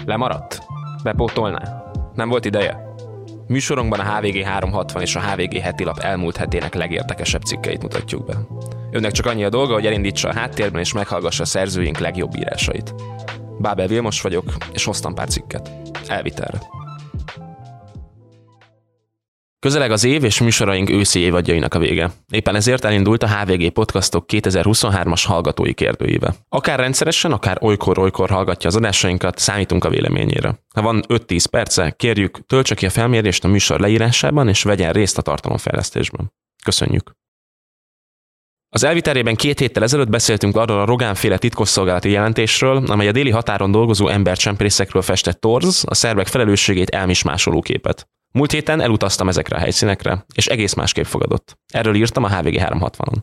Lemaradt? Bepótolná? Nem volt ideje? Műsorunkban a HVG 360 és a HVG heti lap elmúlt hetének legérdekesebb cikkeit mutatjuk be. Önnek csak annyi a dolga, hogy elindítsa a háttérben és meghallgassa a szerzőink legjobb írásait. Bábel Vilmos vagyok, és hoztam pár cikket. Elvitelre. Közeleg az év, és műsoraink őszi évadjainak a vége. Éppen ezért elindult a HVG Podcastok 2023-as hallgatói kérdőíve. Akár rendszeresen, akár olykor-olykor hallgatja az adásainkat, számítunk a véleményére. Ha van 5-10 perce, kérjük, töltse ki a felmérést a műsor leírásában, és vegyen részt a tartalomfejlesztésben. Köszönjük! Az elviterében 2 héttel ezelőtt beszéltünk arról a Rogán-féle titkosszolgálati jelentésről, amely a déli határon dolgozó embercsempészekről festett torz, a szervek felelősségét elmismásoló képet. Múlt héten elutaztam ezekre a helyszínekre, és egész másképp fogadott. Erről írtam a HVG 360-on.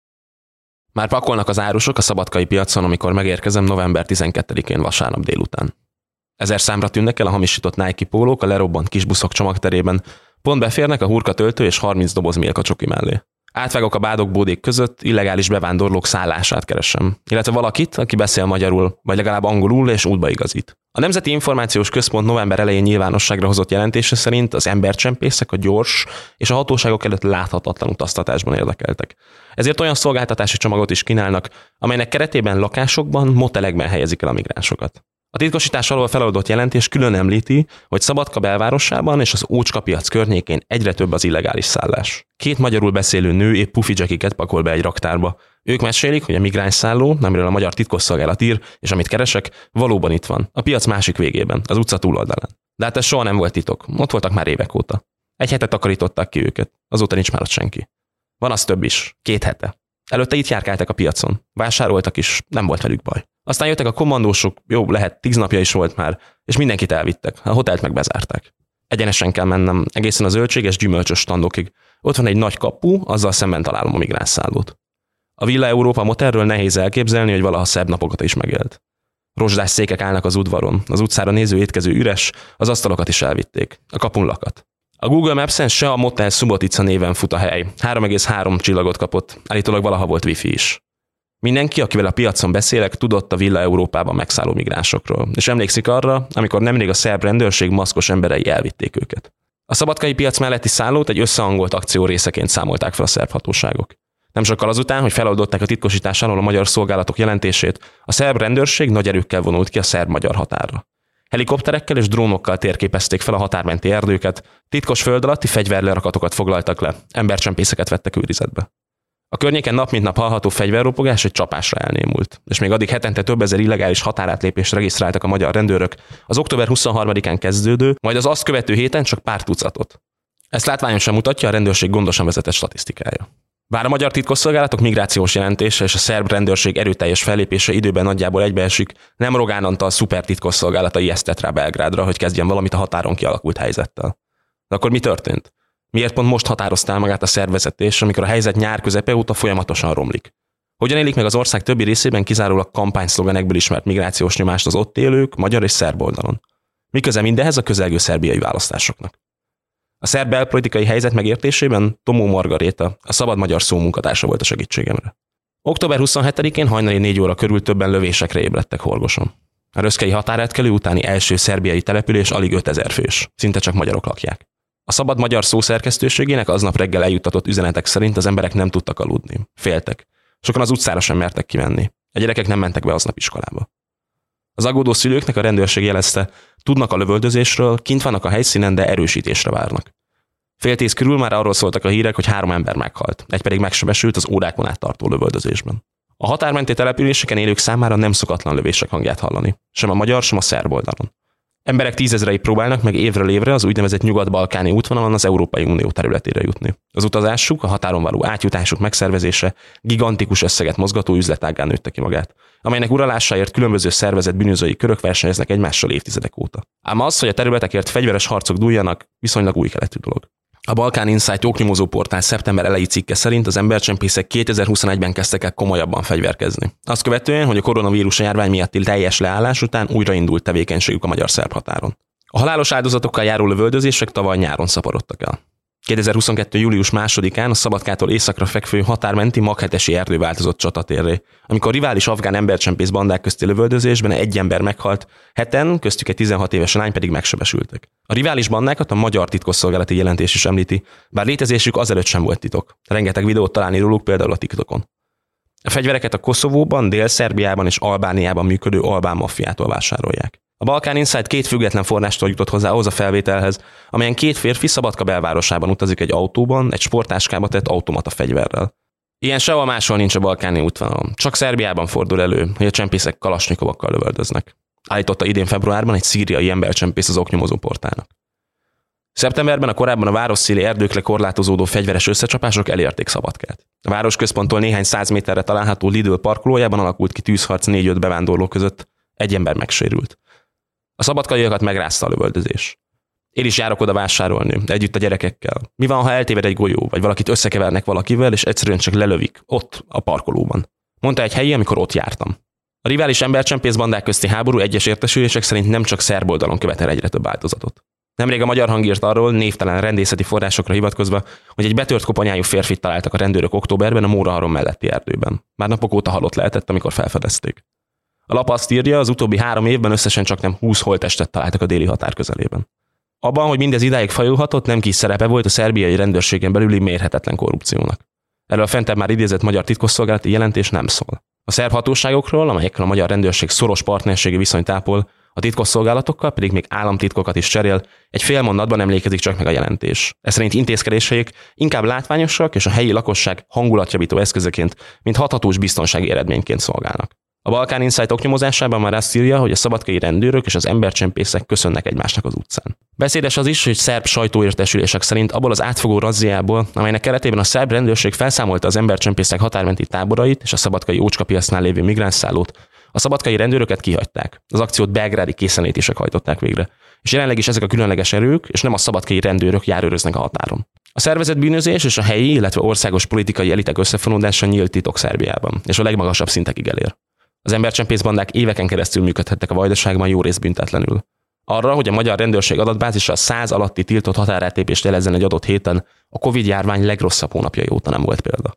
Már pakolnak az árusok a szabadkai piacon, amikor megérkezem november 12-én vasárnap délután. 1000 számra tűnnek el a hamisított Nike pólók a lerobbant kisbuszok csomagterében, pont beférnek a hurkatöltő és 30 doboz Milka csoki mellé. Átvágok a bádok-bódék között, illegális bevándorlók szállását keresem, illetve valakit, aki beszél magyarul, vagy legalább angolul és útba igazít. A Nemzeti Információs Központ november elején nyilvánosságra hozott jelentése szerint az embercsempészek a gyors és a hatóságok előtt láthatatlan utaztatásban érdekeltek. Ezért olyan szolgáltatási csomagot is kínálnak, amelynek keretében lakásokban, motelekben helyezik el a migránsokat. A titkosítás alól feladott jelentés külön említi, hogy Szabadka belvárosában és az Ócska piac környékén egyre több az illegális szállás. 2 magyarul beszélő nő épp pufi jackiket pakol be egy raktárba. Ők mesélik, hogy a migránsszálló, amiről a magyar titkosszolgálat ír, és amit keresek, valóban itt van, a piac másik végében, az utca túloldalán. De hát ez soha nem volt titok, ott voltak már évek óta. 1 hetet takarították ki őket, azóta nincs már ott senki. Van az több is, 2 hete. Előtte itt járkáltak a piacon, vásároltak is, nem volt velük baj. Aztán jöttek a kommandósok, jó, lehet 10 napja is volt már, és mindenkit elvittek, a hotelt meg bezárták. Egyenesen kell mennem, egészen a zöldséges gyümölcsös standokig. Ott van egy nagy kapu, azzal szemben találom a migránsszállót. A Villa Európa motelről nehéz elképzelni, hogy valaha szebb napokat is megélt. Rozsdás székek állnak az udvaron, az utcára néző étkező üres, az asztalokat is elvitték, a kapun lakat. A Google Maps-en se a Motel Subotica néven fut a hely. 3,3 csillagot kapott, állítólag valaha volt wifi is. Mindenki, akivel a piacon beszélek, tudott a Villa Európában megszálló migránsokról, és emlékszik arra, amikor nemrég a szerb rendőrség maszkos emberei elvitték őket. A szabadkai piac melletti szállót egy összehangolt akció részeként számolták fel a szerb hatóságok. Nem sokkal azután, hogy feloldották a titkosítás alól a magyar szolgálatok jelentését, a szerb rendőrség nagy erőkkel vonult ki a szerb-magyar határra. Helikopterekkel és drónokkal térképezték fel a határmenti erdőket, titkos föld alatti fegyverlerakatokat foglaltak le, embercsempészeket vettek őrizetbe. A környéken nap mint nap hallható fegyverropogás egy csapásra elnémult, és még addig hetente több ezer illegális határátlépést regisztráltak a magyar rendőrök, az október 23-án kezdődő, majd az azt követő héten csak pár tucatot. Ezt látványosan mutatja a rendőrség gondosan vezetett statisztikája. Bár a magyar titkosszolgálatok migrációs jelentése és a szerb rendőrség erőteljes fellépése időben nagyjából egybeesik, nem Rogán Antal szuper titkosszolgálata ijesztett rá Belgrádra, hogy kezdjen valamit a határon kialakult helyzettel. De akkor mi történt? Miért pont most határoztál magát a szervezetés, amikor a helyzet nyár közepe óta folyamatosan romlik? Hogyan élik meg az ország többi részében kizárólag kampányszlogenekből ismert migrációs nyomást az ott élők, magyar és szerb oldalon? Mi köze mindehez a közelgő szerbiai választásoknak? A szerb belpolitikai helyzet megértésében Tomó Margaréta, a Szabad Magyar Szó munkatársa volt a segítségemre. Október 27-én hajnali 4 óra körül többen lövésekre ébredtek Horgoson. A röszkei határátkelő utáni első szerbiai település alig 5000 fős, szinte csak magyarok lakják. A Szabad Magyar Szó szerkesztőségének aznap reggel eljuttatott üzenetek szerint az emberek nem tudtak aludni. Féltek. Sokan az utcára sem mertek kimenni. A gyerekek nem mentek be aznap iskolába. Az aggódó szülőknek a rendőrség jelezte, tudnak a lövöldözésről, kint vannak a helyszínen, de erősítésre várnak. 9:30 körül már arról szóltak a hírek, hogy 3 ember meghalt, egy pedig megsebesült az órákon át tartó lövöldözésben. A határmenti településeken élők számára nem szokatlan lövések hangját hallani, sem a magyar, sem a szerb oldalon. Emberek 10 000-ei próbálnak meg évről évre az úgynevezett nyugat-balkáni útvonalon az Európai Unió területére jutni. Az utazásuk, a határon való átjutásuk megszervezése gigantikus összeget mozgató üzletággá nőtte ki magát, amelynek uralásáért különböző szervezett bűnözői körök versenyeznek egymással évtizedek óta. Ám az, hogy a területekért fegyveres harcok dúljanak, viszonylag új keletű dolog. A Balkán Insight oknyomozó portál szeptember elejé cikke szerint az embercsempészek 2021-ben kezdtek el komolyabban fegyverkezni. Azt követően, hogy a koronavírus járvány miatti teljes leállás után újraindult tevékenységük a magyar-szerb határon. A halálos áldozatokkal járó lövöldözések tavaly nyáron szaporodtak el. 2022. július 2-án a Szabadkától északra fekvő határmenti Maghetesi erdő változott csatatérré, amikor rivális afgán embercsempész bandák közti lövöldözésben egy ember meghalt, 7-en, köztük egy 16 éves lány pedig megsebesültek. A rivális bandákat a magyar titkosszolgálati jelentés is említi, bár létezésük azelőtt sem volt titok. Rengeteg videót találni róluk például a TikTokon. A fegyvereket a Koszovóban, Dél-Szerbiában és Albániában működő albán maffiától vásárolják. A Balkán Insight 2 független forrástól jutott hozzá ahhoz a felvételhez, amelyen 2 férfi Szabadka belvárosában utazik egy autóban, egy sporttáskába tett automata fegyverrel. Ilyen sehol máshol nincs a balkáni útvonalon. Csak Szerbiában fordul elő, hogy a csempészek kalasnyikovokkal lövöldöznek. Állította idén februárban egy szíriai embercsempész az oknyomozó portálnak. Szeptemberben a korábban a városszéli erdőkre korlátozódó fegyveres összecsapások elérték Szabadkát. A városközponttól néhány 100 méterre található Lidl parkolójában alakult ki tűzharc 4-5 bevándorló között, egy ember megsérült. A szabadkaiakat megrázta a lövöldözés. Én is járok oda vásárolni, együtt a gyerekekkel. Mi van, ha eltéved egy golyó, vagy valakit összekevernek valakivel, és egyszerűen csak lelövik, ott, a parkolóban? Mondta egy helyi, amikor ott jártam. A rivális embercsempész bandák közti háború egyes értesülések szerint nem csak szerb oldalon követel egyre több áldozatot. Nemrég a Magyar Hang írt arról, névtelen rendészeti forrásokra hivatkozva, hogy egy betört koponyájú férfit találtak a rendőrök októberben a Móraharon melletti erdőben. Már napok óta halott lehetett, amikor felfedezték. A lap azt írja, az utóbbi 3 évben összesen csaknem 20 holttestet találtak a déli határ közelében. Abban, hogy mindez idáig fajulhatott, nem kis szerepe volt a szerbiai rendőrségen belüli mérhetetlen korrupciónak. Erről a fentebb már idézett magyar titkosszolgálati jelentés nem szól. A szerb hatóságokról, amelyekkel a magyar rendőrség szoros partnerségi viszonyt ápol, a titkosszolgálatokkal pedig még államtitkokat is cserél, egy fél mondatban emlékezik csak meg a jelentés. Ez szerint intézkedéseik inkább látványosak és a helyi lakosság hangulatjavító eszközöként, mint hathatós biztonsági eredményként szolgálnak. A Balkán Insight oknyomozásában már azt írja, hogy a szabadkai rendőrök és az embercsempészek köszönnek egymásnak az utcán. Beszédes az is, hogy szerb sajtóértesülések szerint abból az átfogó razziából, amelynek keretében a szerb rendőrség felszámolta az embercsempészek határmenti táborait és a szabadkai ócskapiacnál lévő migránsszállót, a szabadkai rendőröket kihagyták. Az akciót belgrádi készenlétések hajtották végre. És jelenleg is ezek a különleges erők, és nem a szabadkai rendőrök járőröznek a határon. A szervezett bűnözés és a helyi, illetve országos politikai elitek összefonódása nyílt titok Szerbiában, és a legmagasabb szintekig elér. Az embercsempész bandák éveken keresztül működhettek a Vajdaságban jó részt büntetlenül. Arra, hogy a magyar rendőrség adatbázisa 100 alatti tiltott határátlépést jelezzen egy adott héten, a Covid-járvány legrosszabb hónapjai óta nem volt példa.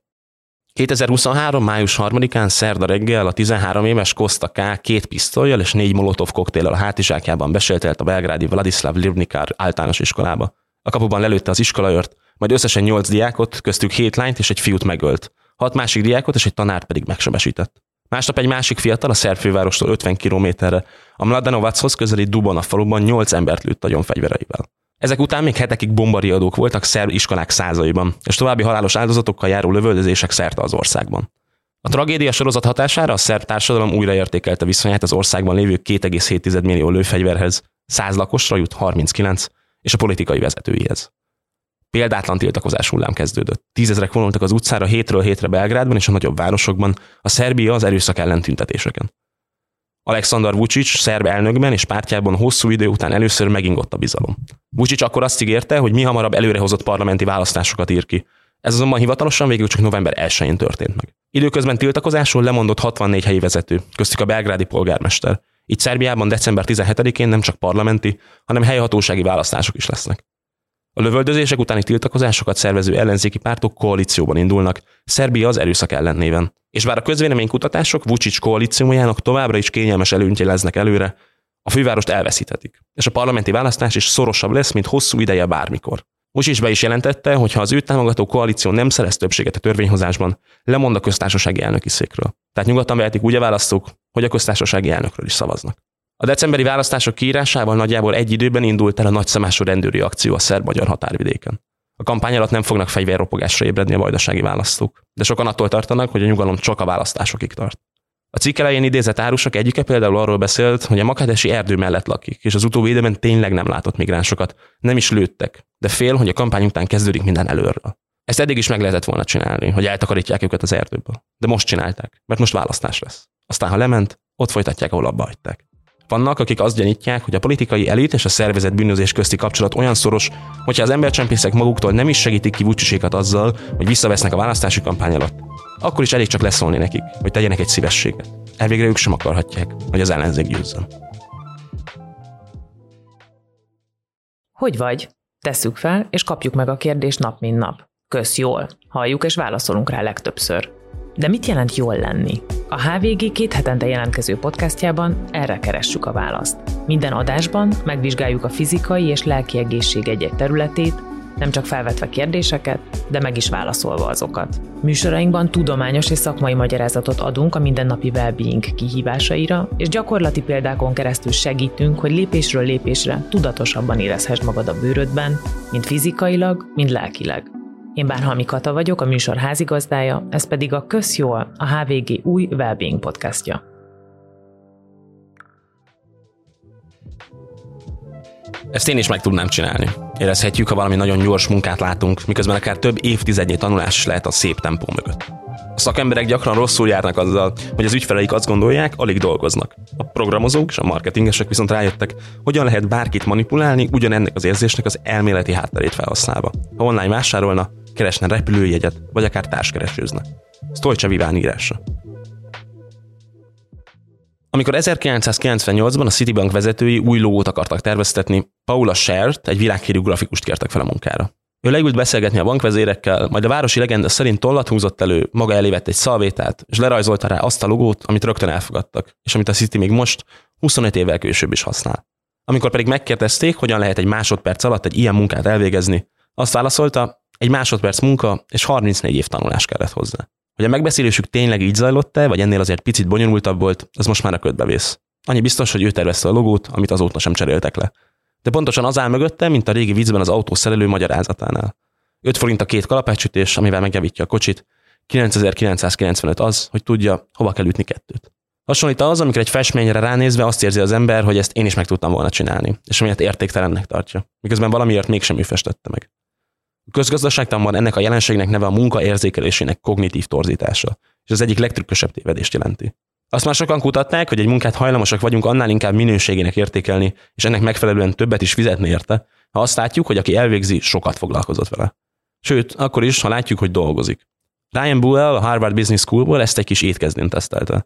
2023. május 3-án szerda reggel a 13 éves Kosta K. 2 pisztollyal és 4 molotov koktéllel a hátizsákjában besételt a belgrádi Vladislav Livnikár általános iskolába. A kapuban lelőtte az iskolaőrt, majd összesen 8 diákot, köztük 7 lányt és egy fiút megölt, 6 másik diákot és egy tanárt pedig megsebesített. Másnap egy másik fiatal a szerb fővárostól 50 kilométerre, a Mladenovachoz közeli Dubona faluban 8 embert lőtt agyon fegyvereivel. Ezek után még hetekig bombariadók voltak szerb iskolák százaiban, és további halálos áldozatokkal járó lövöldözések szerte az országban. A tragédia sorozat hatására a szerb társadalom újraértékelte viszonyát az országban lévő 2,7 millió lőfegyverhez, 100 lakosra jut 39, és a politikai vezetőihez. Példátlan tiltakozás hullám kezdődött. 10 000-ek vonultak az utcára hétről hétre Belgrádban és a nagyobb városokban, a Szerbia az erőszak ellen tüntetéseken. Aleksandar Vučić szerb elnökben és pártjában hosszú idő után először megingott a bizalom. Vučić akkor azt ígérte, hogy mi hamarabb előrehozott parlamenti választásokat ír ki. Ez azonban hivatalosan végül csak november 1-én történt meg. Időközben tiltakozásról lemondott 64 helyi vezető, köztük a belgrádi polgármester. Így Szerbiában december 17-én nem csak parlamenti, hanem helyhatósági választások is lesznek. A lövöldözések utáni tiltakozásokat szervező ellenzéki pártok koalícióban indulnak, Szerbia az erőszak ellen néven. És bár a közvéleménykutatások Vučić koalíciójának továbbra is kényelmes előnyt jeleznek előre, a fővárost elveszíthetik, és a parlamenti választás is szorosabb lesz, mint hosszú ideje bármikor. Vučić be is jelentette, hogy ha az őt támogató koalíció nem szerez többséget a törvényhozásban, lemond a köztársasági elnöki székről. Tehát nyugodtan vehetik úgy a választók, hogy a köztársasági elnökről is szavaznak. A decemberi választások kiírásával nagyjából egy időben indult el a nagyszabású rendőri akció a szerb-magyar határvidéken. A kampány alatt nem fognak fegyverropogásra ébredni a vajdasági választók, de sokan attól tartanak, hogy a nyugalom csak a választásokig tart. A cikk elején idézett árusok egyike például arról beszélt, hogy a Maghetesi erdő mellett lakik, és az utóbbi időben tényleg nem látott migránsokat, nem is lőttek, de fél, hogy a kampány után kezdődik minden előről. Ezt eddig is meg lehetett volna csinálni, hogy eltakarítják őket az erdőből. De most csinálták, mert most választás lesz. Aztán, ha lement, ott folytatják, ahol abba hagyták. Vannak, akik azt gyanítják, hogy a politikai elit és a szervezett bűnözés közti kapcsolat olyan szoros, hogyha az embercsempészek maguktól nem is segítik ki Vučićékat azzal, hogy visszavesznek a választási kampány alatt, akkor is elég csak leszólni nekik, hogy tegyenek egy szívességet. Elvégre ők sem akarhatják, hogy az ellenzék győzzön. Hogy vagy? Tesszük fel, és kapjuk meg a kérdést nap mint nap. Kösz jól. Halljuk és válaszolunk rá legtöbbször. De mit jelent jól lenni? A HVG 2 hetente jelentkező podcastjában erre keressük a választ. Minden adásban megvizsgáljuk a fizikai és lelki egészség egy-egy területét, nem csak felvetve kérdéseket, de meg is válaszolva azokat. Műsorainkban tudományos és szakmai magyarázatot adunk a mindennapi well-being kihívásaira, és gyakorlati példákon keresztül segítünk, hogy lépésről lépésre tudatosabban érezhess magad a bőrödben, mind fizikailag, mind lelkileg. Én Bárhalmi Kata vagyok, a műsor házigazdája, ez pedig a Kösz jól, a HVG új well-being podcastja. Ezt én is meg tudnám csinálni. Érezhetjük, ha valami nagyon gyors munkát látunk, miközben akár több évtizednyi tanulás is lehet a szép tempó mögött. A szakemberek gyakran rosszul járnak azzal, hogy az ügyfeleik azt gondolják, alig dolgoznak. A programozók és a marketingesek viszont rájöttek, hogyan lehet bárkit manipulálni ugyanennek az érzésnek az elméleti hátterét felhasználva. Ha online vásárolna, keresne repülőjegyet, vagy akár társkeresőzne. Sztolcse Viván írása. Amikor 1998-ban a Citibank vezetői új logót akartak terveztetni, Paula Schert, egy világhírű grafikust kértek fel a munkára. Ő leült beszélgetni a bankvezérekkel, majd a városi legenda szerint tollat húzott elő, maga elé vett egy szalvétát, és lerajzolta rá azt a logót, amit rögtön elfogadtak, és amit a Citi még most, 25 évvel később is használ. Amikor pedig megkérdezték, hogyan lehet egy másodperc alatt egy ilyen munkát elvégezni, azt válaszolta, egy másodperc munka és 34 év tanulás kellett hozzá. Hogy a megbeszélésük tényleg így zajlott-e, vagy ennél azért picit bonyolultabb volt, az most már a ködbe vész. Annyi biztos, hogy ő tervezte a logót, amit azóta sem cseréltek le. De pontosan az áll mögötte, mint a régi viccben az autószerelő magyarázatánál. 5 forint a 2 kalapáccsütés, amivel megjavítja a kocsit, 9995 az, hogy tudja, hova kell ütni 2-t. Hasonlít az, amikor egy festményre ránézve azt érzi az ember, hogy ezt én is meg tudtam volna csinálni, és amiért értéktelennek tartja, miközben valamiért mégsem ő festette meg. A közgazdaságtanban ennek a jelenségnek neve a munka érzékelésének kognitív torzítása, és az egyik legtrükkösebb tévedést jelenti. Azt már sokan kutatták, hogy egy munkát hajlamosak vagyunk annál inkább minőségének értékelni, és ennek megfelelően többet is fizetni érte, ha azt látjuk, hogy aki elvégzi, sokat foglalkozott vele. Sőt, akkor is, ha látjuk, hogy dolgozik. Ryan Buell a Harvard Business Schoolból ezt egy kis étkezdén tesztelte.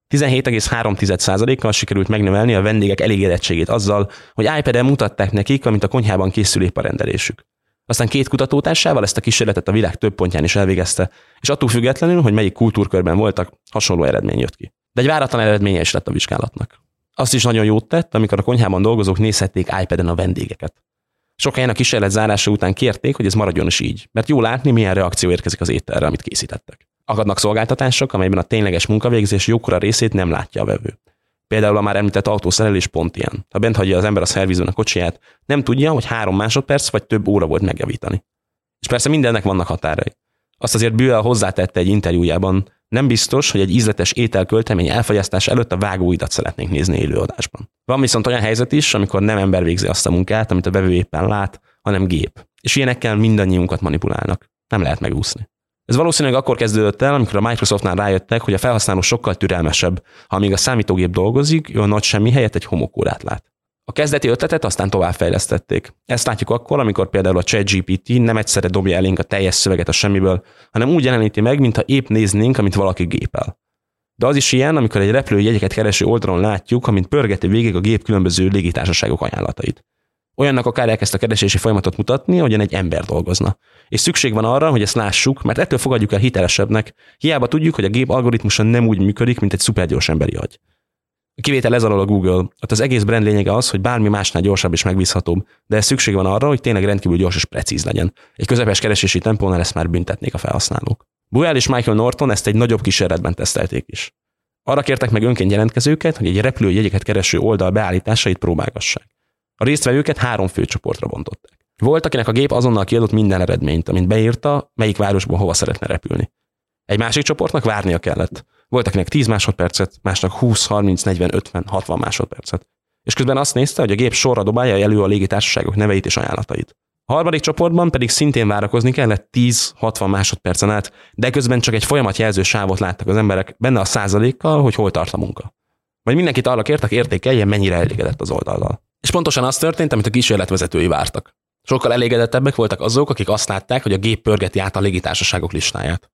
17,3%-kal sikerült megnövelni a vendégek elégedettségét azzal, hogy iPad-en mutatták nekik, amint a konyhában készül épp a rendelésük. Aztán 2 kutatótársával ezt a kísérletet a világ több pontján is elvégezte, és attól függetlenül, hogy melyik kultúrkörben voltak, hasonló eredmény jött ki. De egy váratlan eredménye is lett a vizsgálatnak. Azt is nagyon jót tett, amikor a konyhában dolgozók nézhették iPad-en a vendégeket. Sok helyen a kísérlet zárása után kérték, hogy ez maradjon is így, mert jó látni, milyen reakció érkezik az ételre, amit készítettek. Akadnak szolgáltatások, amelyben a tényleges munkavégzés jókora részét nem látja a vevő. Például a már említett autószerelés pont ilyen. Ha bent hagyja az ember a szervizön a kocsiját, nem tudja, hogy 3 másodperc vagy több óra volt megjavítani. És persze mindennek vannak határai. Azt azért Buell hozzátette egy interjújában, nem biztos, hogy egy ízletes ételköltemény elfogyasztása előtt a vágóidat szeretnénk nézni élőadásban. Van viszont olyan helyzet is, amikor nem ember végzi azt a munkát, amit a vevő éppen lát, hanem gép. És ilyenekkel mindannyiunkat manipulálnak. Nem lehet megúszni. Ez valószínűleg akkor kezdődött el, amikor a Microsoftnál rájöttek, hogy a felhasználó sokkal türelmesebb, ha amíg a számítógép dolgozik, ő a nagy semmi helyett egy homokórát lát. A kezdeti ötletet aztán továbbfejlesztették. Ezt látjuk akkor, amikor például a ChatGPT nem egyszerre dobja elénk a teljes szöveget a semmiből, hanem úgy jeleníti meg, mintha épp néznénk, amit valaki gépel. De az is ilyen, amikor egy repülőjegyeket kereső oldalon látjuk, amint pörgeti végig a gép különböző légitársaságok ajánlatait. Olyannak akár elkezd a keresési folyamatot mutatni, ahogyan egy ember dolgozna. És szükség van arra, hogy ezt lássuk, mert ettől fogadjuk el hitelesebbnek, hiába tudjuk, hogy a gép algoritmusa nem úgy működik, mint egy szupergyors emberi agy. A kivétel ez alól a Google, ott az egész brand lényege az, hogy bármi másnál gyorsabb és megbízhatóbb, de ez szükség van arra, hogy tényleg rendkívül gyors és precíz legyen. Egy közepes keresési tempónál ezt már büntetnék a felhasználók. Buell és Michael Norton ezt egy nagyobb kísérletben tesztelték is. Arra kértek meg önként jelentkezőket, hogy egy repülőjegyeket kereső oldal beállításait próbálgassák. A résztvevőket 3 fő csoportra bontották. Volt, akinek a gép azonnal kiadott minden eredményt, amint beírta, melyik városból hova szeretne repülni. Egy másik csoportnak várnia kellett. Volt, akinek 10 másodpercet, másnak 20, 30, 40, 50, 60 másodpercet. És közben azt nézte, hogy a gép sorra dobálja elő a légitársaságok neveit és ajánlatait. A harmadik csoportban pedig szintén várakozni kellett 10-60 másodpercen át, de közben csak egy folyamatjelző sávot láttak az emberek, benne a százalékkal, hogy hol tart a munka. Vagy mindenkit arra kértek, értékelje, mennyire elégedett az oldallal. És pontosan az történt, amit a kísérletvezetői vártak. Sokkal elégedettebbek voltak azok, akik azt látták, hogy a gép pörgeti át a légitársaságok listáját.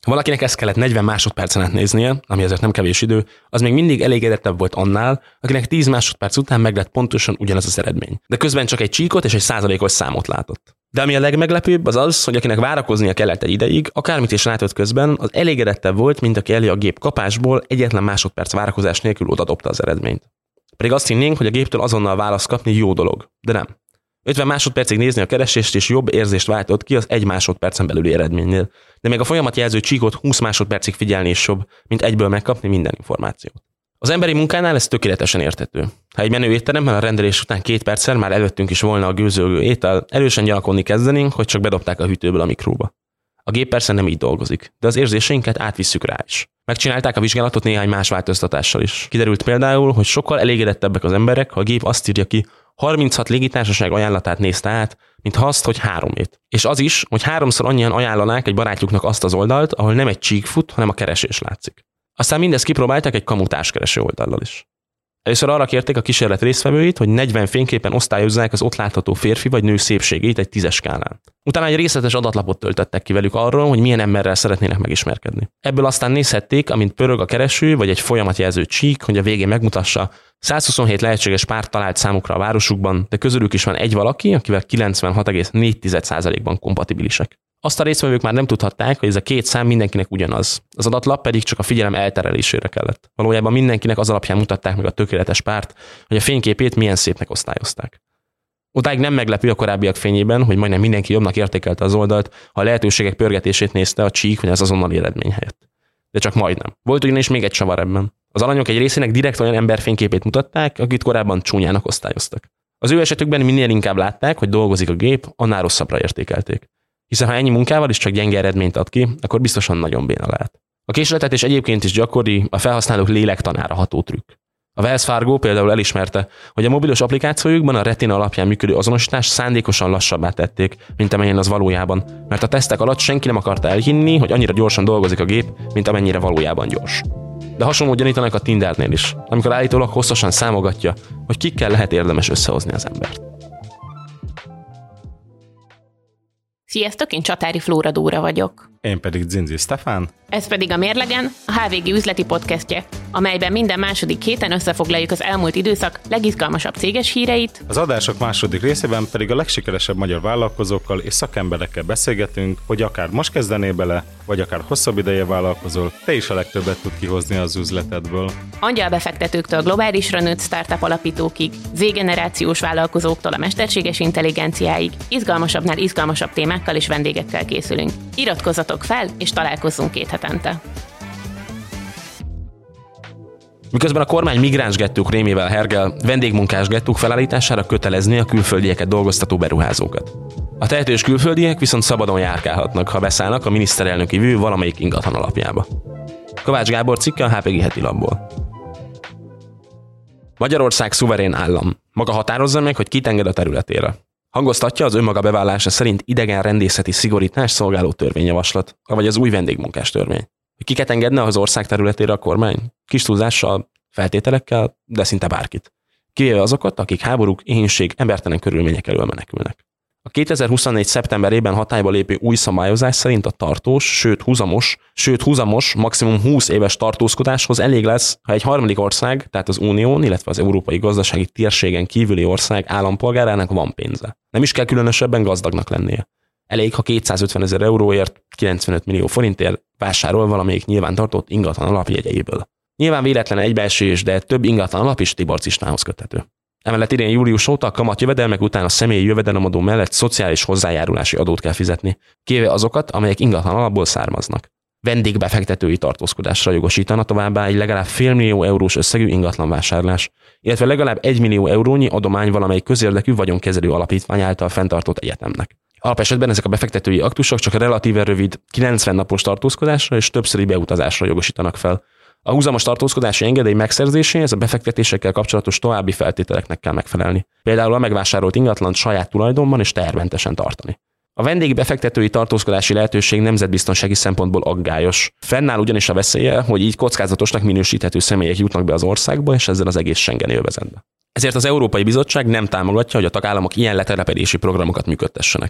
Ha valakinek ezt kellett 40 másodpercen átnéznie, ami ezért nem kevés idő, az még mindig elégedettebb volt annál, akinek 10 másodperc után meg lett pontosan ugyanaz az eredmény. De közben csak egy csíkot és egy százalékos számot látott. De ami a legmeglepőbb az az, hogy akinek várakoznia kellett egy ideig, akármit is látott közben, az elégedettebb volt, mint aki elé a gép kapásból egyetlen másodperc várakozás nélkül odadobta az eredményt. Pedig azt hinnénk, hogy a géptől azonnal választ kapni jó dolog, de nem. 50 másodpercig nézni a keresést és jobb érzést váltott ki az 1 másodpercen belüli eredménynél, de még a folyamatjelző csíkot 20 másodpercig figyelni is jobb, mint egyből megkapni minden információt. Az emberi munkánál ez tökéletesen érthető. Ha egy menő étteremben a rendelés után 2 perccel már előttünk is volna a gőzölgő étel, erősen gyanakodni kezdenénk, hogy csak bedobták a hűtőből a mikróba. A gép persze nem így dolgozik, de az érzéseinket átvisszük rá is. Megcsinálták a vizsgálatot néhány más változtatással is. Kiderült például, hogy sokkal elégedettebbek az emberek, ha a gép azt írja ki, 36 légitársaság ajánlatát nézte át, mint ha azt, hogy 3-ét. És az is, hogy 3-szor annyian ajánlanák egy barátjuknak azt az oldalt, ahol nem egy csík fut, hanem a keresés látszik. Aztán mindezt kipróbálták egy kamu társkereső oldallal is. Először arra kérték a kísérlet résztvevőit, hogy 40 fényképen osztályozzák az ott látható férfi vagy nő szépségét egy 10-es skálán. Utána egy részletes adatlapot töltöttek ki velük arról, hogy milyen emberrel szeretnének megismerkedni. Ebből aztán nézhették, amint pörög a kereső vagy egy folyamatjelző csík, hogy a végén megmutassa, 127 lehetséges párt talált számukra a városukban, de közülük is van egy valaki, akivel 96,4%-ban kompatibilisek. Azt a résztvevők már nem tudhatták, hogy ez a 2 szám mindenkinek ugyanaz. Az adatlap pedig csak a figyelem elterelésére kellett. Valójában mindenkinek az alapján mutatták meg a tökéletes párt, hogy a fényképét milyen szépnek osztályozták. Odáig nem meglepő a korábbiak fényében, hogy majdnem mindenki jobbnak értékelte az oldalt, ha a lehetőségek pörgetését nézte a csík vagy az azonnali eredmény helyett. De csak majdnem. Volt ugyanis még egy csavar ebben. Az alanyok egy részének direkt olyan ember fényképét mutatták, akit korábban csúnyának osztályoztak. Az ő esetükben minél inkább látták, hogy dolgozik a gép, annál rosszabbra értékelték. Hiszen ha ennyi munkával is csak gyenge eredményt ad ki, akkor biztosan nagyon béna lehet. A késletetés egyébként is gyakori, a felhasználók lélektanára ható trükk. A Wells Fargo például elismerte, hogy a mobilos applikációjukban a retina alapján működő azonosítást szándékosan lassabbá tették, mint amelyen az valójában, mert a tesztek alatt senki nem akarta elhinni, hogy annyira gyorsan dolgozik a gép, mint amennyire valójában gyors. De hasonlóan gyanítanak a Tindernél is, amikor állítólag hosszasan számogatja, hogy kikkel lehet érdemes összehozni az embert. Sziasztok, én Csatári Flóra Dóra vagyok. Én pedig Zinzi Stefán. Ez pedig a Mérlegen, a HVG üzleti podcastje, amelyben minden második héten összefoglaljuk az elmúlt időszak legizgalmasabb céges híreit. Az adások második részében pedig a legsikeresebb magyar vállalkozókkal és szakemberekkel beszélgetünk, hogy akár most kezdenél bele, vagy akár hosszabb ideje vállalkozol, te is a legtöbbet tud kihozni az üzletedből. Angyalbefektetőktől globálisra nőtt startup alapítókig, Z-generációs vállalkozóktól a mesterséges intelligenciáig, izgalmasabbnál izgalmasabb témákkal és vendégekkel készülünk. Iratkozzatok fel, és találkozzunk 2 hetente. Miközben a kormány migráns gettók rémével hergel, vendégmunkás gettók felállítására kötelezni a külföldieket dolgoztató beruházókat. A tehetős külföldiek viszont szabadon járkálhatnak, ha beszállnak a miniszterelnöki vő valamelyik ingatlan alapjába. Kovács Gábor cikke a HPG heti lapból. Magyarország szuverén állam. Maga határozza meg, hogy kit enged a területére. Hangoztatja az önmaga bevallása szerint idegen rendészeti szigorítást szolgáló törvényjavaslat, vagy az új vendégmunkás törvény. Kiket engedne az ország területére a kormány? Kis túlzással, feltételekkel, de szinte bárkit. Kivéve azokat, akik háborúk, éhínség, embertelen körülmények elől menekülnek. A 2024. szeptemberében hatályba lépő új szabályozás szerint a tartós, sőt húzamos, maximum 20 éves tartózkodáshoz elég lesz, ha egy harmadik ország, tehát az Unión, illetve az Európai Gazdasági Térségen kívüli ország állampolgárának van pénze. Nem is kell különösebben gazdagnak lennie. Elég, ha 250 000 euróért, 95 millió forintért vásárol valamelyik nyilvántartott ingatlan alapjegyeiből. Nyilván véletlen egybeesés, de több ingatlan alap is Tiborcs Istvánhoz köthető. Emellett idén július óta a kamatjövedelmek után a személyi jövedelemadó mellett szociális hozzájárulási adót kell fizetni, kivéve azokat, amelyek ingatlan alapból származnak. Vendégbefektetői tartózkodásra jogosítana továbbá egy legalább fél millió eurós összegű ingatlanvásárlás, illetve legalább 1 millió eurónyi adomány valamelyik közérdekű vagyonkezelő alapítvány által fenntartott egyetemnek. Alapesetben ezek a befektetői aktusok csak a relatíve rövid 90 napos tartózkodásra és többszöri beutazásra jogosítanak fel. A húzamos tartózkodási engedély megszerzéséhez a befektetésekkel kapcsolatos további feltételeknek kell megfelelni. Például a megvásárolt ingatlant saját tulajdonban és tehermentesen tartani. A vendégbefektetői tartózkodási lehetőség nemzetbiztonsági szempontból aggályos. Fennáll ugyanis a veszélye, hogy így kockázatosnak minősíthető személyek jutnak be az országba és ezzel az egész Schengeni övezetbe. Ezért az Európai Bizottság nem támogatja, hogy a tagállamok ilyen letelepedési programokat működtessenek.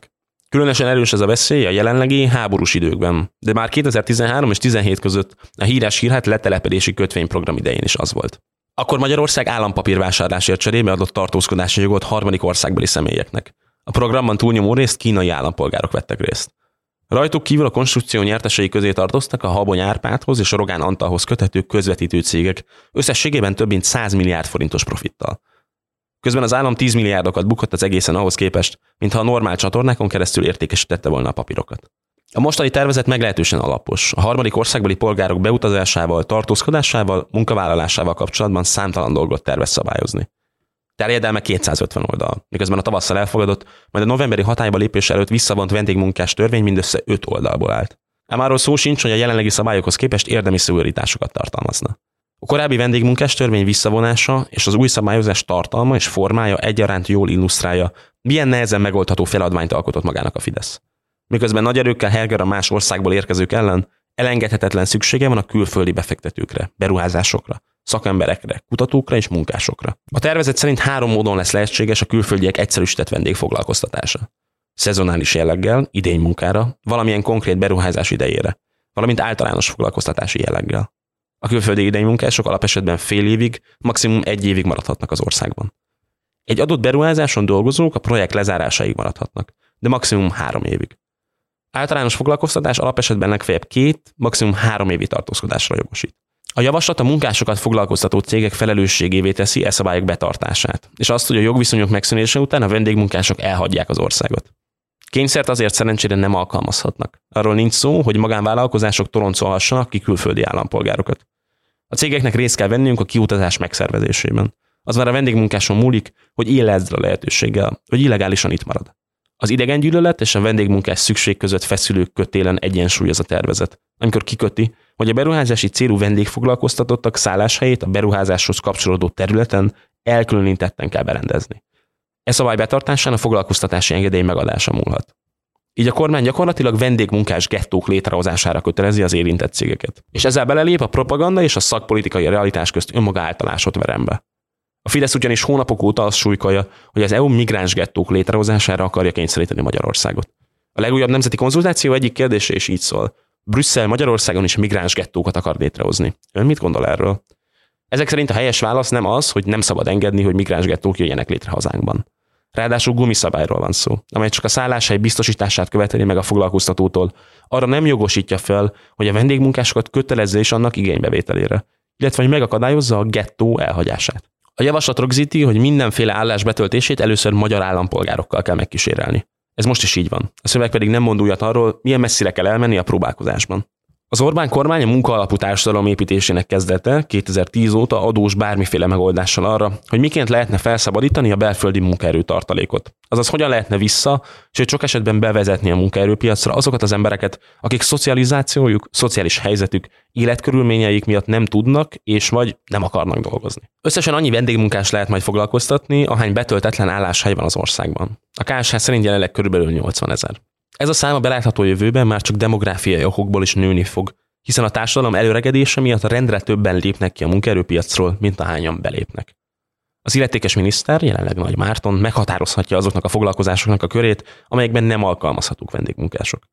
Különösen erős ez a veszély a jelenlegi háborús időkben, de már 2013 és 2017 között a híres hírhedt letelepedési kötvényprogram idején is az volt. Akkor Magyarország állampapírvásárlásért cserébe adott tartózkodási jogot harmadik országbeli személyeknek. A programban túlnyomó részt kínai állampolgárok vettek részt. Rajtuk kívül a konstrukció nyertesei közé tartoztak a Habony Árpádhoz és a Rogán Antalhoz köthető közvetítő cégek, összességében több mint 100 milliárd forintos profittal. Közben az állam 10 milliárdokat bukott az egészen ahhoz képest, mintha a normál csatornákon keresztül értékesítette volna a papírokat. A mostani tervezet meglehetősen alapos. A harmadik országbeli polgárok beutazásával, tartózkodásával, munkavállalásával kapcsolatban számtalan dolgot tervez szabályozni. Terjedelme 250 oldal, miközben a tavasszal elfogadott, majd a novemberi hatályba lépés előtt visszavont vendégmunkás törvény mindössze 5 oldalból állt. Ám arról szó sincs, hogy a jelenlegi szabályokhoz képest érdemi szigorításokat tartalmazna. A korábbi vendégmunkás törvény visszavonása és az új szabályozás tartalma és formája egyaránt jól illusztrálja, milyen nehezen megoldható feladványt alkotott magának a Fidesz. Miközben nagy erőkkel herger a más országból érkezők ellen, elengedhetetlen szüksége van a külföldi befektetőkre, beruházásokra, szakemberekre, kutatókra és munkásokra. A tervezet szerint 3 módon lesz lehetséges a külföldiek egyszerűsített vendégfoglalkoztatása. Szezonális jelleggel, idénymunkára, valamilyen konkrét beruházás idejére, valamint általános foglalkoztatási jelleggel. A külföldi idénymunkások alapesetben fél évig, maximum 1 évig maradhatnak az országban. Egy adott beruházáson dolgozók a projekt lezárásáig maradhatnak, de maximum 3 évig. Általános foglalkoztatás alapesetben legfeljebb 2, maximum 3 évi tartózkodásra jogosít. A javaslat a munkásokat foglalkoztató cégek felelősségévé teszi e szabályok betartását, és azt, hogy a jogviszonyok megszűnése után a vendégmunkások elhagyják az országot. Kényszert azért szerencsére nem alkalmazhatnak. Arról nincs szó, hogy magánvállalkozások toloncolhassanak ki külföldi állampolgárokat. A cégeknek részt kell vennünk a kiutazás megszervezésében. Az már a vendégmunkáson múlik, hogy él ezzel a lehetőséggel, hogy illegálisan itt marad. Az idegengyűlölet és a vendégmunkás szükség között feszülő kötélen egyensúlyoz a tervezet, amikor kiköti, hogy a beruházási célú vendégfoglalkoztatottak szálláshelyét a beruházáshoz kapcsolódó területen elkülönítetten kell berendezni. E szabály betartásán a foglalkoztatási engedély megadása múlhat. Így a kormány gyakorlatilag vendégmunkás gettók létrehozására kötelezi az érintett cégeket, és ezzel belelép a propaganda és a szakpolitikai realitás közt önmaga általásot verembe. A Fidesz ugyanis hónapok óta azt súlykolja, hogy az EU migráns gettók létrehozására akarja kényszeríteni Magyarországot. A legújabb nemzeti konzultáció egyik kérdése is így szól. Brüsszel Magyarországon is migráns gettókat akar létrehozni. Ön mit gondol erről? Ezek szerint a helyes válasz nem az, hogy nem szabad engedni, hogy migráns gettók jöjjenek létre hazánkban. Ráadásul gumiszabályról van szó, amely csak a szálláshely biztosítását követeli meg a foglalkoztatótól, arra nem jogosítja fel, hogy a vendégmunkásokat kötelezze is annak igénybevételére, illetve hogy megakadályozza a gettó elhagyását. A javaslat rögzíti, hogy mindenféle állás betöltését először magyar állampolgárokkal kell megkísérelni. Ez most is így van. A szöveg pedig nem mond újat arról, milyen messzire kell elmenni a próbálkozásban. Az Orbán kormány a munkaalapú társadalom építésének kezdete 2010 óta adós bármiféle megoldással arra, hogy miként lehetne felszabadítani a belföldi munkaerő tartalékot. Azaz hogyan lehetne vissza, sőt sok esetben bevezetni a munkaerőpiacra azokat az embereket, akik szocializációjuk, szociális helyzetük, életkörülményeik miatt nem tudnak és vagy nem akarnak dolgozni. Összesen annyi vendégmunkás lehet majd foglalkoztatni, ahány betöltetlen álláshely van az országban. A KSH szerint jelenleg körülbelül 80 000. Ez a szám a belátható jövőben már csak demográfiai okokból is nőni fog, hiszen a társadalom előregedése miatt rendre többen lépnek ki a munkaerőpiacról, mint ahányan belépnek. Az illetékes miniszter, jelenleg Nagy Márton, meghatározhatja azoknak a foglalkozásoknak a körét, amelyekben nem alkalmazhatók vendégmunkások.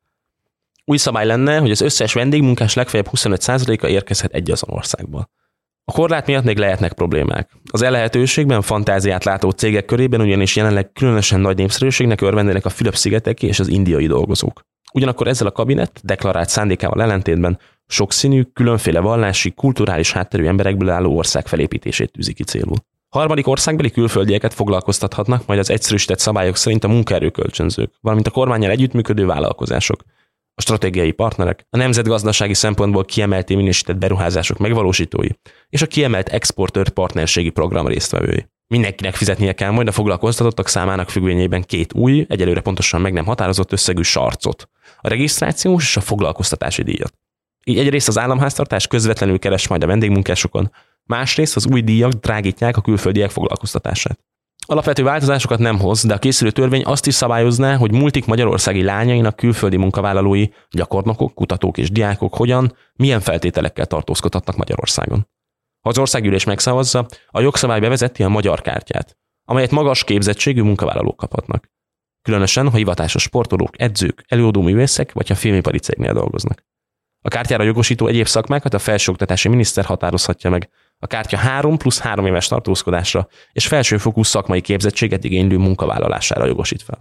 Új szabály lenne, hogy az összes vendégmunkás legfeljebb 25%-a érkezhet egyazon országból. A korlát miatt még lehetnek problémák. Az ellehetőségben fantáziát látó cégek körében ugyanis jelenleg különösen nagy népszerűségnek örvendenek a Fülöp-szigeteki és az indiai dolgozók. Ugyanakkor ezzel a kabinett deklarált szándékával ellentétben sokszínű, különféle vallási, kulturális hátterű emberekből álló ország felépítését tűzi ki célul. Harmadik országbeli külföldieket foglalkoztathatnak majd az egyszerűsített szabályok szerint a munkaerőkölcsönzők, valamint a kormánnyal együttműködő vállalkozások, a stratégiai partnerek, a nemzetgazdasági szempontból kiemelt minősített beruházások megvalósítói és a kiemelt exportőr partnerségi program résztvevői. Mindenkinek fizetnie kell majd a foglalkoztatottak számának függvényében 2 új, egyelőre pontosan meg nem határozott összegű sarcot, a regisztrációs és a foglalkoztatási díjat. Így egyrészt az államháztartás közvetlenül keres majd a vendégmunkásokon, másrészt az új díjak drágítják a külföldiek foglalkoztatását. Alapvető változásokat nem hoz, de a készülő törvény azt is szabályozná, hogy multik magyarországi lányainak külföldi munkavállalói, gyakornokok, kutatók és diákok milyen feltételekkel tartózkodhatnak Magyarországon. Ha az országgyűlés megszavazza, a jogszabály bevezeti a magyar kártyát, amelyet magas képzettségű munkavállalók kaphatnak. Különösen, ha hivatásos sportolók, edzők, előadó művészek vagy ha filmipari cégnél dolgoznak. A kártyára jogosító egyéb szakmákat a felsőoktatási miniszter határozhatja meg. A kártya 3+3 éves tartózkodásra és felsőfokú szakmai képzettséget igénylő munkavállalására jogosít fel.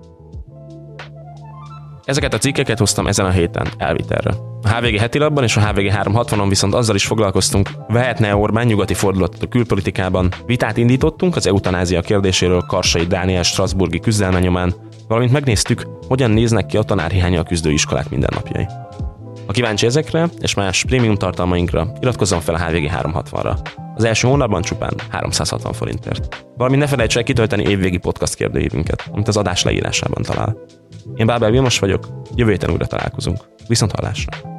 Ezeket a cikkeket hoztam ezen a héten elvitelre. A HVG hetilapban és a HVG 360-on viszont azzal is foglalkoztunk, vehetne Orbán nyugati fordulatot a külpolitikában, vitát indítottunk az eutanázia kérdéséről Karsai Dániel strasbourgi küzdelme nyomán, valamint megnéztük, hogyan néznek ki a tanárhiánnyal küzdő iskolák mindennapjai. Ha kíváncsi ezekre és más prémium tartalmainkra, iratkozzon fel a HVG 360-ra. Az első hónapban csupán 360 forintért. Valamint ne felejts el kitölteni évvégi podcast kérdőívünket, amit az adás leírásában talál. Én Bábel Vilmos vagyok, jövő héten újra találkozunk. Viszont hallásra!